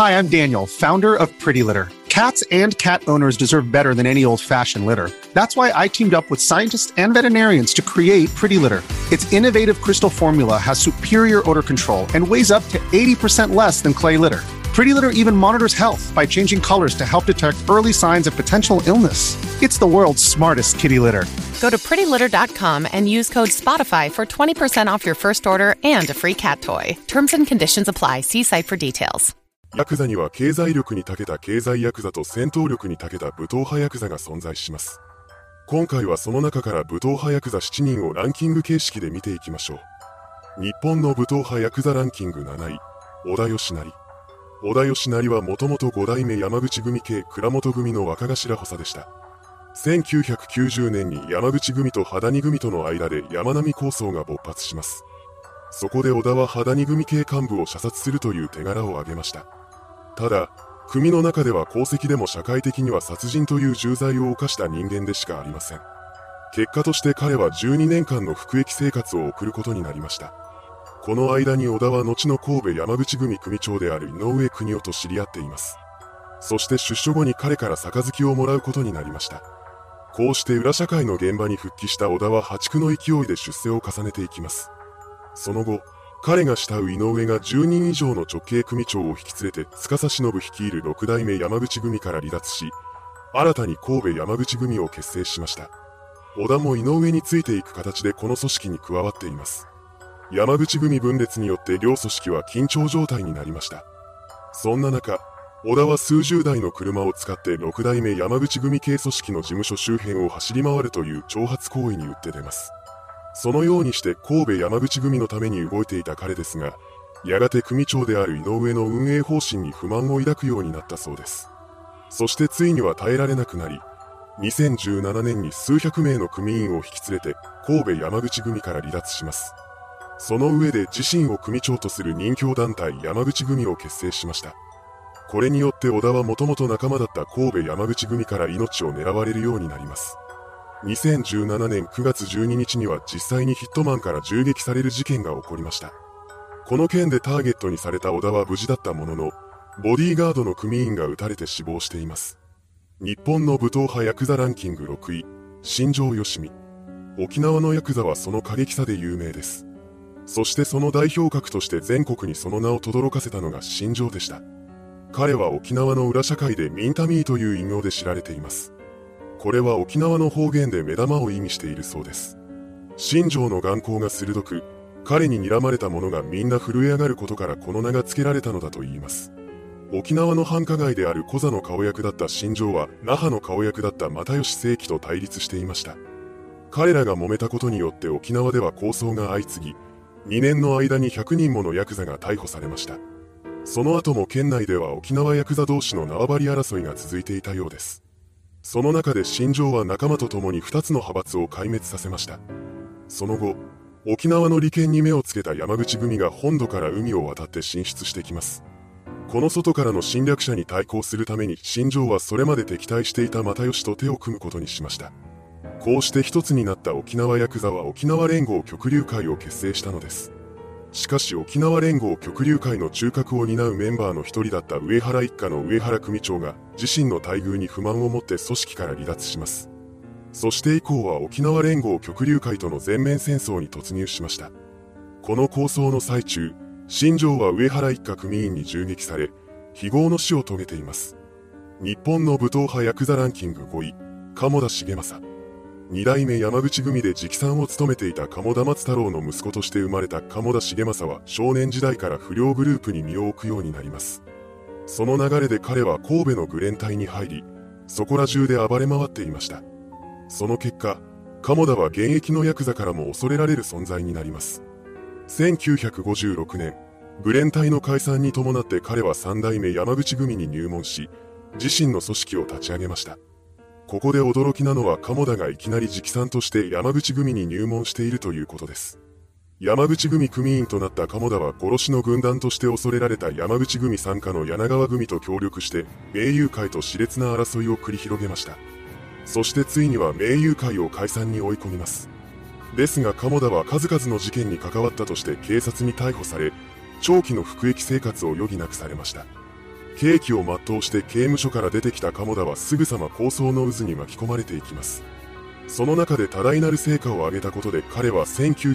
Hi, I'm Daniel, founder of Pretty Litter. Cats and cat owners deserve better than any old-fashioned litter. That's why I teamed up with scientists and veterinarians to create Pretty Litter. Its innovative crystal formula has superior odor control and weighs up to 80% less than clay litter. Pretty Litter even monitors health by changing colors to help detect early signs of potential illness. It's the world's smartest kitty litter. Go to prettylitter.com and use code SPOTIFY for 20% off your first order and a free cat toy. Terms and conditions apply. See site for details. ヤクザには経済力に長けた経済ヤクザと戦闘力に長けた武闘派ヤクザが存在します。今回はその中から武闘派ヤクザ7人をランキング形式で見ていきましょう。日本の武闘派ヤクザランキング7位、織田義成。織田義成はもともと5代目山口組系倉本組の若頭補佐でした。1990年に山口組と肌荷組との間で山並抗争が勃発します。そこで織田は肌荷組系幹部を射殺するという手柄を挙げました。ただ、組の中では功績でも社会的には殺人という重罪を犯した人間でしかありません。結果として彼は12年間の服役生活を送ることになりました。この間に織田は後の神戸山口組組長である井上邦夫と知り合っています。そして出所後に彼から杯をもらうことになりました。こうして裏社会の現場に復帰した織田は破竹の勢いで出世を重ねていきます。その後、彼が慕う井上が10人以上の直系組長を引き連れて司忍率いる6代目山口組から離脱し、新たに神戸山口組を結成しました。織田も井上についていく形でこの組織に加わっています。山口組分裂によって両組織は緊張状態になりました。そんな中、織田は数十台の車を使って6代目山口組系組織の事務所周辺を走り回るという挑発行為に打って出ます。そのようにして神戸山口組のために動いていた彼ですが、やがて組長である井上の運営方針に不満を抱くようになったそうです。そしてついには耐えられなくなり、2017年に数百名の組員を引き連れて神戸山口組から離脱します。その上で自身を組長とする任侠団体山口組を結成しました。これによって織田はもともと仲間だった神戸山口組から命を狙われるようになります。2017年9月12日には実際にヒットマンから銃撃される事件が起こりました。この件でターゲットにされた織田は無事だったものの、ボディーガードの組員が撃たれて死亡しています。日本の武闘派ヤクザランキング6位、新庄義美。沖縄のヤクザはその過激さで有名です。そしてその代表格として全国にその名を轟かせたのが新庄でした。彼は沖縄の裏社会でミンタミーという異名で知られています。これは沖縄の方言で目玉を意味しているそうです。新庄の眼光が鋭く、彼に睨まれた者がみんな震え上がることからこの名が付けられたのだと言います。沖縄の繁華街であるコザの顔役だった新庄は那覇の顔役だった又吉正樹と対立していました。彼らが揉めたことによって沖縄では抗争が相次ぎ、2年の間に100人ものヤクザが逮捕されました。その後も県内では沖縄ヤクザ同士の縄張り争いが続いていたようです。その中で新庄は仲間と共に2つの派閥を壊滅させました。その後、沖縄の利権に目をつけた山口組が本土から海を渡って進出してきます。この外からの侵略者に対抗するために新庄はそれまで敵対していた又吉と手を組むことにしました。こうして一つになった沖縄ヤクザは沖縄連合極流会を結成したのです。しかし沖縄連合極流会の中核を担うメンバーの一人だった上原一家の上原組長が自身の待遇に不満を持って組織から離脱します。そして以降は沖縄連合極流会との全面戦争に突入しました。この抗争の最中、新庄は上原一家組員に銃撃され、非業の死を遂げています。日本の武闘派ヤクザランキング5位、鴨田重政。二代目山口組で直参を務めていた鴨田松太郎の息子として生まれた鴨田重政は少年時代から不良グループに身を置くようになります。その流れで彼は神戸の愚連隊に入り、そこら中で暴れ回っていました。その結果、鴨田は現役のヤクザからも恐れられる存在になります。1956年、愚連隊の解散に伴って彼は三代目山口組に入門し、自身の組織を立ち上げました。ここで驚きなのは鴨田がいきなり直参として山口組に入門しているということです。山口組組員となった鴨田は殺しの軍団として恐れられた山口組傘下の柳川組と協力して盟友会と熾烈な争いを繰り広げました。そしてついには盟友会を解散に追い込みます。ですが鴨田は数々の事件に関わったとして警察に逮捕され、長期の服役生活を余儀なくされました。 刑期を全うして刑務所から出てきた鴨田はすぐさま抗争の渦に巻き込まれていきます。その中で多大なる成果を上げたことで彼は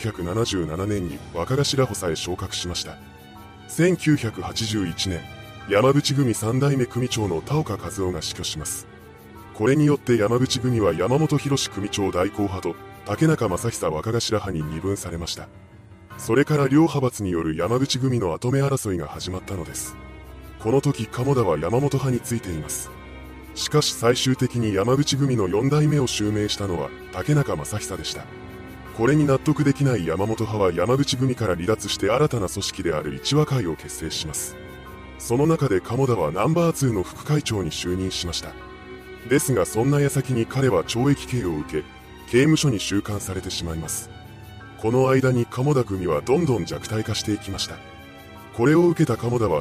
1977年に若頭補佐へ昇格しました。1981年、山口組三代目組長の田岡和夫が死去します。これによって山口組は山本博組長代行派と竹中正久若頭派に二分されました。それから両派閥による山口組の跡目争いが始まったのです。この時鴨田は山本派についています。しかし最終的に山口組の4代目を襲名したのは竹中正久でした。これに納得できない山本派は山口組から離脱して新たな組織である一和会を結成します。その中で鴨田はナンバー2の副会長に就任しました。ですがそんな矢先に彼は懲役刑を受け、刑務所に収監されてしまいます。この間に鴨田組はどんどん弱体化していきました。これを受けた鴨田は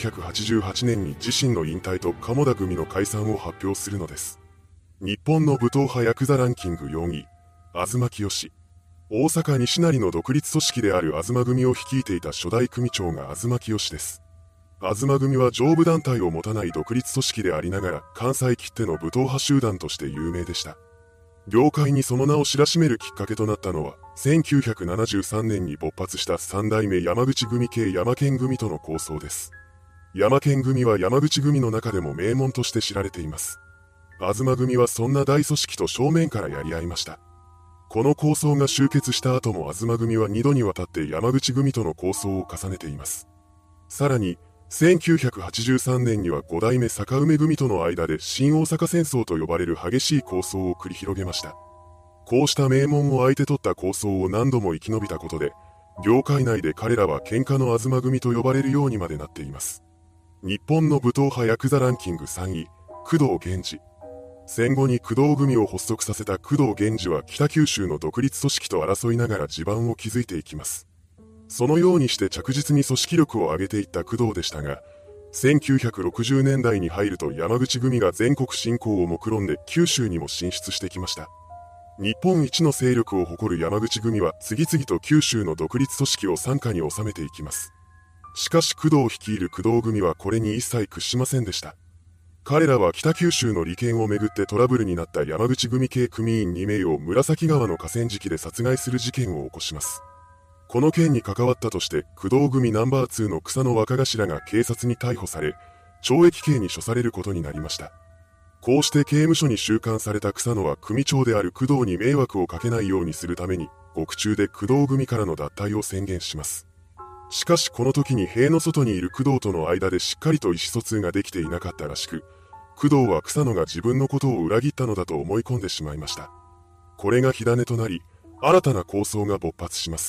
1988年に自身の引退と鴨田組の解散を発表するのです。日本の武闘派ヤクザランキング4位、東清。大阪西成の独立組織である東組を率いていた初代組長が東清です。東組は上部団体を持たない独立組織でありながら関西きっての武闘派集団として有名でした。業界にその名を知らしめるきっかけとなったのは、1973年に勃発した三代目山口組系山健組との抗争です。山健組は山口組の中でも名門として知られています。東組はそんな大組織と正面からやり合いました。この抗争が終結した後も東組は2度にわたって山口組との抗争を重ねています。さらに、1983年には5代目坂梅組との間で新大阪戦争と呼ばれる激しい抗争を繰り広げました。こうした名門を相手取った抗争を何度も生き延びたことで、業界内で彼らは喧嘩の東組と呼ばれるようにまでなっています。日本の武闘派ヤクザランキング3位、工藤源氏。戦後に工藤組を発足させた工藤源氏は北九州の独立組織と争いながら地盤を築いていきます。そのようにして着実に組織力を上げていった工藤でしたが、1960年代に入ると山口組が全国侵攻を目論んで九州にも進出してきました。日本一の勢力を誇る山口組は次々と九州の独立組織を傘下に収めていきます。しかし工藤率いる工藤組はこれに一切屈しませんでした。彼らは北九州の利権をめぐってトラブルになった山口組系組員2名を紫川の河川敷で殺害する事件を起こします。この件に関わったとして工藤組ナンバー2の草野若頭が警察に逮捕され、懲役刑に処されることになりました。こうして刑務所に収監された草野は組長である工藤に迷惑をかけないようにするために、獄中で工藤組からの脱退を宣言します。しかしこの時に塀の外にいる工藤との間でしっかりと意思疎通ができていなかったらしく、工藤は草野が自分のことを裏切ったのだと思い込んでしまいました。これが火種となり、新たな抗争が勃発します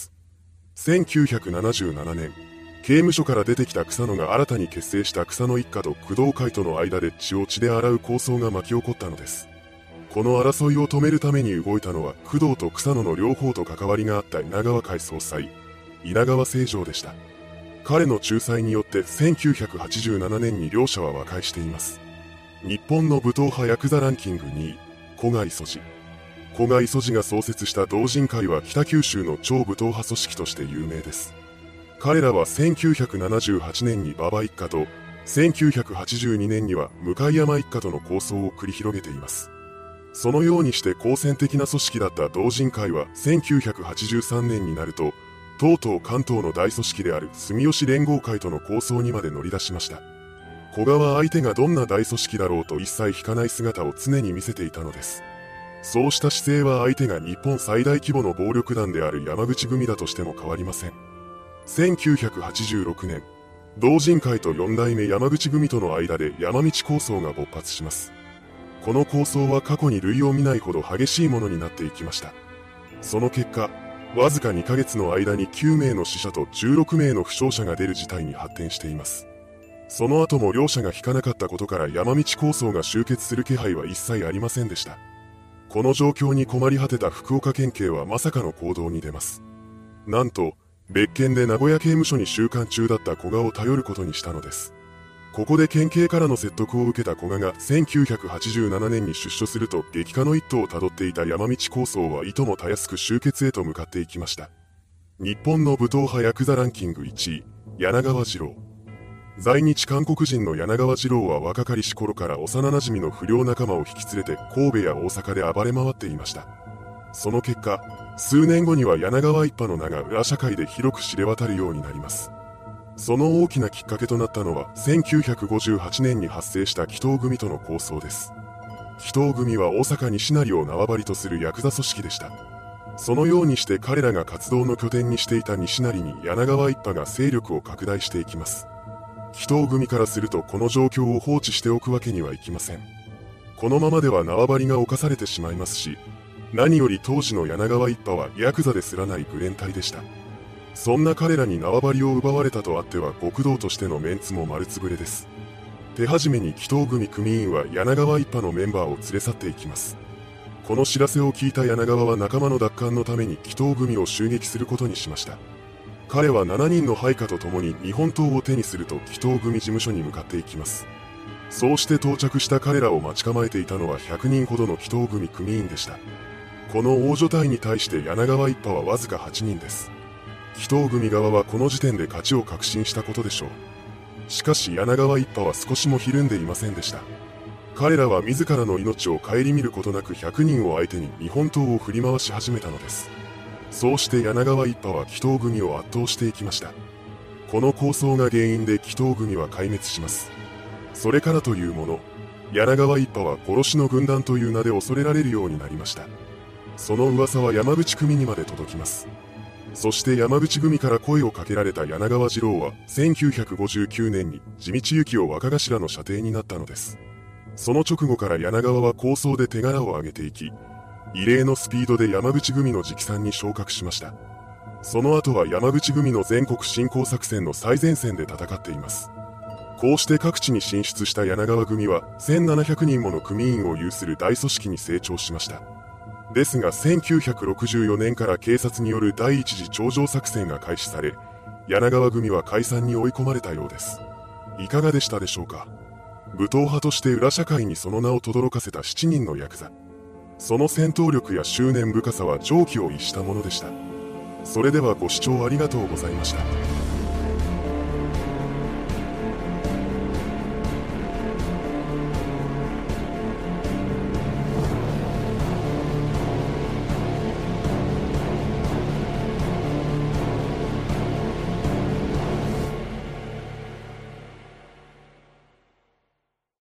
。1977年、刑務所から出てきた草野が新たに結成した草野一家と工藤会との間で血を血で洗う抗争が巻き起こったのです。この争いを止めるために動いたのは工藤と草野の両方と関わりがあった稲川会総裁、稲川清丈でした。彼の仲裁によって1987年に両者は和解しています。日本の武闘派ヤクザランキング2位、古賀磯路。古賀磯路が創設した同人会は北九州の超武闘派組織として有名です。彼らは1978年に馬場一家と、1982年には向山一家との抗争を繰り広げています。そのようにして好戦的な組織だった同人会は1983年になると、とうとう関東の大組織である住吉連合会との抗争にまで乗り出しました。古賀は相手がどんな大組織だろうと一切引かない姿を常に見せていたのです。そうした姿勢は相手が日本最大規模の暴力団である山口組だとしても変わりません。1986年、同人会と4代目山口組との間で山道抗争が勃発します。この抗争は過去に類を見ないほど激しいものになっていきました。その結果、わずか2ヶ月の間に9名の死者と16名の負傷者が出る事態に発展しています。その後も両者が引かなかったことから山道抗争が終結する気配は一切ありませんでした。この状況に困り果てた福岡県警はまさかの行動に出ます。なんと、別件で名古屋刑務所に収監中だった古賀を頼ることにしたのです。ここで県警からの説得を受けた古賀が1987年に出所すると激化の一途をたどっていた山道抗争はいともたやすく終結へと向かっていきました。日本の武闘派ヤクザランキング1位、柳川次郎。 在日韓国人の柳川次郎は若かりし頃から幼馴染の不良仲間を引き連れて神戸や大阪で暴れ回っていました。その結果、数年後には柳川一派の名が裏社会で広く知れ渡るようになります。その大きなきっかけとなったのは1958年に発生した紀藤組との抗争です。紀藤組は大阪西成を縄張りとするヤクザ組織でした。そのようにして彼らが活動の拠点にしていた西成に柳川一派が勢力を拡大していきます。紀藤組からするとこの状況を放置しておくわけにはいきません。このままでは縄張りが侵されてしまいますし、何より当時の柳川一派はヤクザですらないグレン隊でした。そんな彼らに縄張りを奪われたとあっては極道としてのメンツも丸つぶれです。手始めに紀藤組組員は柳川一派のメンバーを連れ去っていきます。この知らせを聞いた柳川は仲間の奪還のために紀藤組を襲撃することにしました。彼は7人の配下と共に日本刀を手にすると紀藤組事務所に向かっていきます。そうして到着した彼らを待ち構えていたのは100人ほどの紀藤組組員でした。この大所帯に対して柳川一派はわずか8人です。紀藤組側はこの時点で勝ちを確信したことでしょう。しかし柳川一派は少しもひるんでいませんでした。彼らは自らの命を顧みることなく100人を相手に日本刀を振り回し始めたのです。そうして柳川一派は紀藤組を圧倒していきました。この抗争が原因で紀藤組は壊滅します。それからというもの、柳川一派は殺しの軍団という名で恐れられるようになりました。その噂は山口組にまで届きます。そして山口組から声をかけられた柳川次郎は1959年に地道行を若頭の舎弟になったのです。その直後から柳川は抗争で手柄を上げていき、異例のスピードで山口組の直参に昇格しました。その後は山口組の全国侵攻作戦の最前線で戦っています。こうして各地に進出した柳川組は1700人もの組員を有する大組織に成長しました。ですが1964年から警察による第一次頂上作戦が開始され、柳川組は解散に追い込まれたようです。いかがでしたでしょうか。武闘派として裏社会にその名を轟かせた7人のヤクザ。その戦闘力や執念深さは常軌を逸したものでした。それではご視聴ありがとうございました。